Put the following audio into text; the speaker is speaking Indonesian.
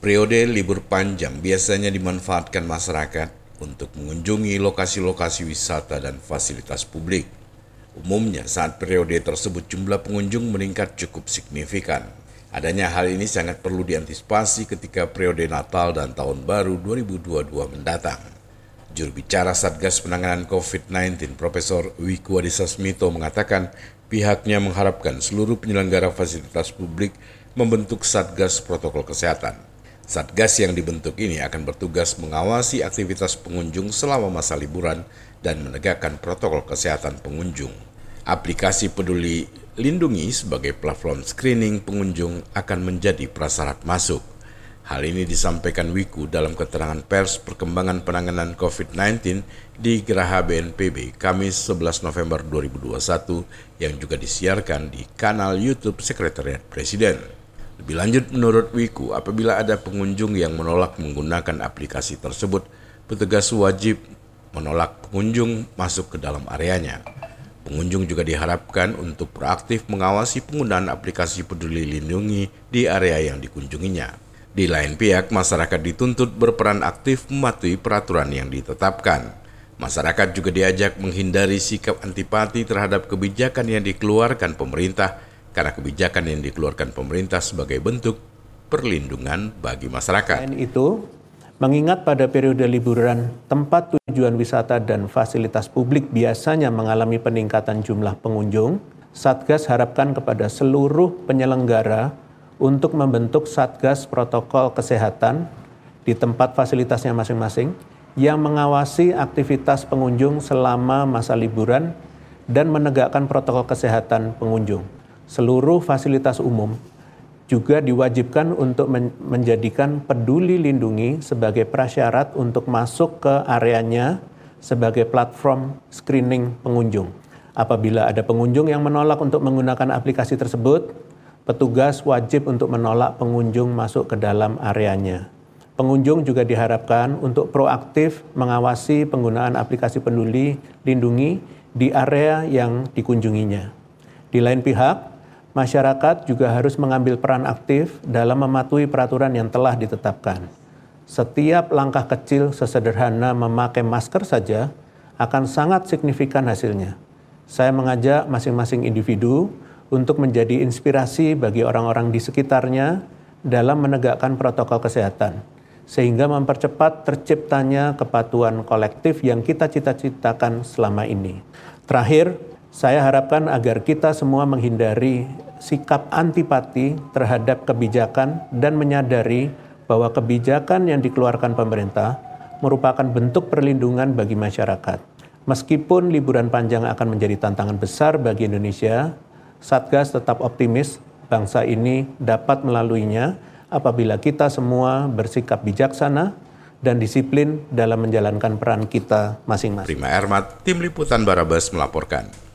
Periode libur panjang biasanya dimanfaatkan masyarakat untuk mengunjungi lokasi-lokasi wisata dan fasilitas publik. Umumnya saat periode tersebut jumlah pengunjung meningkat cukup signifikan. Adanya hal ini sangat perlu diantisipasi ketika periode Natal dan Tahun Baru 2022 mendatang. Juru bicara Satgas Penanganan COVID-19 Profesor Wiku Adhisa Smito mengatakan pihaknya mengharapkan seluruh penyelenggara fasilitas publik membentuk Satgas Protokol Kesehatan. Satgas yang dibentuk ini akan bertugas mengawasi aktivitas pengunjung selama masa liburan dan menegakkan protokol kesehatan pengunjung. Aplikasi Peduli Lindungi sebagai platform screening pengunjung akan menjadi prasyarat masuk. Hal ini disampaikan Wiku dalam keterangan pers perkembangan penanganan COVID-19 di Geraha BNPB Kamis 11 November 2021 yang juga disiarkan di kanal YouTube Sekretariat Presiden. Lebih lanjut, menurut Wiku, apabila ada pengunjung yang menolak menggunakan aplikasi tersebut, petugas wajib menolak pengunjung masuk ke dalam areanya. Pengunjung juga diharapkan untuk proaktif mengawasi penggunaan aplikasi Peduli Lindungi di area yang dikunjunginya. Di lain pihak, masyarakat dituntut berperan aktif mematuhi peraturan yang ditetapkan. Masyarakat juga diajak menghindari sikap antipati terhadap kebijakan yang dikeluarkan pemerintah, karena kebijakan yang dikeluarkan pemerintah sebagai bentuk perlindungan bagi masyarakat. Selain itu, mengingat pada periode liburan, tempat tujuan wisata dan fasilitas publik biasanya mengalami peningkatan jumlah pengunjung, Satgas harapkan kepada seluruh penyelenggara untuk membentuk Satgas Protokol Kesehatan di tempat fasilitasnya masing-masing yang mengawasi aktivitas pengunjung selama masa liburan dan menegakkan protokol kesehatan pengunjung. Seluruh fasilitas umum juga diwajibkan untuk menjadikan Peduli Lindungi sebagai prasyarat untuk masuk ke areanya sebagai platform screening pengunjung. Apabila ada pengunjung yang menolak untuk menggunakan aplikasi tersebut, petugas wajib untuk menolak pengunjung masuk ke dalam areanya. Pengunjung juga diharapkan untuk proaktif mengawasi penggunaan aplikasi Peduli Lindungi di area yang dikunjunginya. Di lain pihak, masyarakat juga harus mengambil peran aktif dalam mematuhi peraturan yang telah ditetapkan. Setiap langkah kecil sesederhana memakai masker saja akan sangat signifikan hasilnya. Saya mengajak masing-masing individu untuk menjadi inspirasi bagi orang-orang di sekitarnya dalam menegakkan protokol kesehatan, sehingga mempercepat terciptanya kepatuhan kolektif yang kita cita-citakan selama ini. Terakhir, saya harapkan agar kita semua menghindari sikap antipati terhadap kebijakan dan menyadari bahwa kebijakan yang dikeluarkan pemerintah merupakan bentuk perlindungan bagi masyarakat. Meskipun liburan panjang akan menjadi tantangan besar bagi Indonesia, Satgas tetap optimis bangsa ini dapat melaluinya apabila kita semua bersikap bijaksana dan disiplin dalam menjalankan peran kita masing-masing. Prima Ermat, Tim Liputan Barabas melaporkan.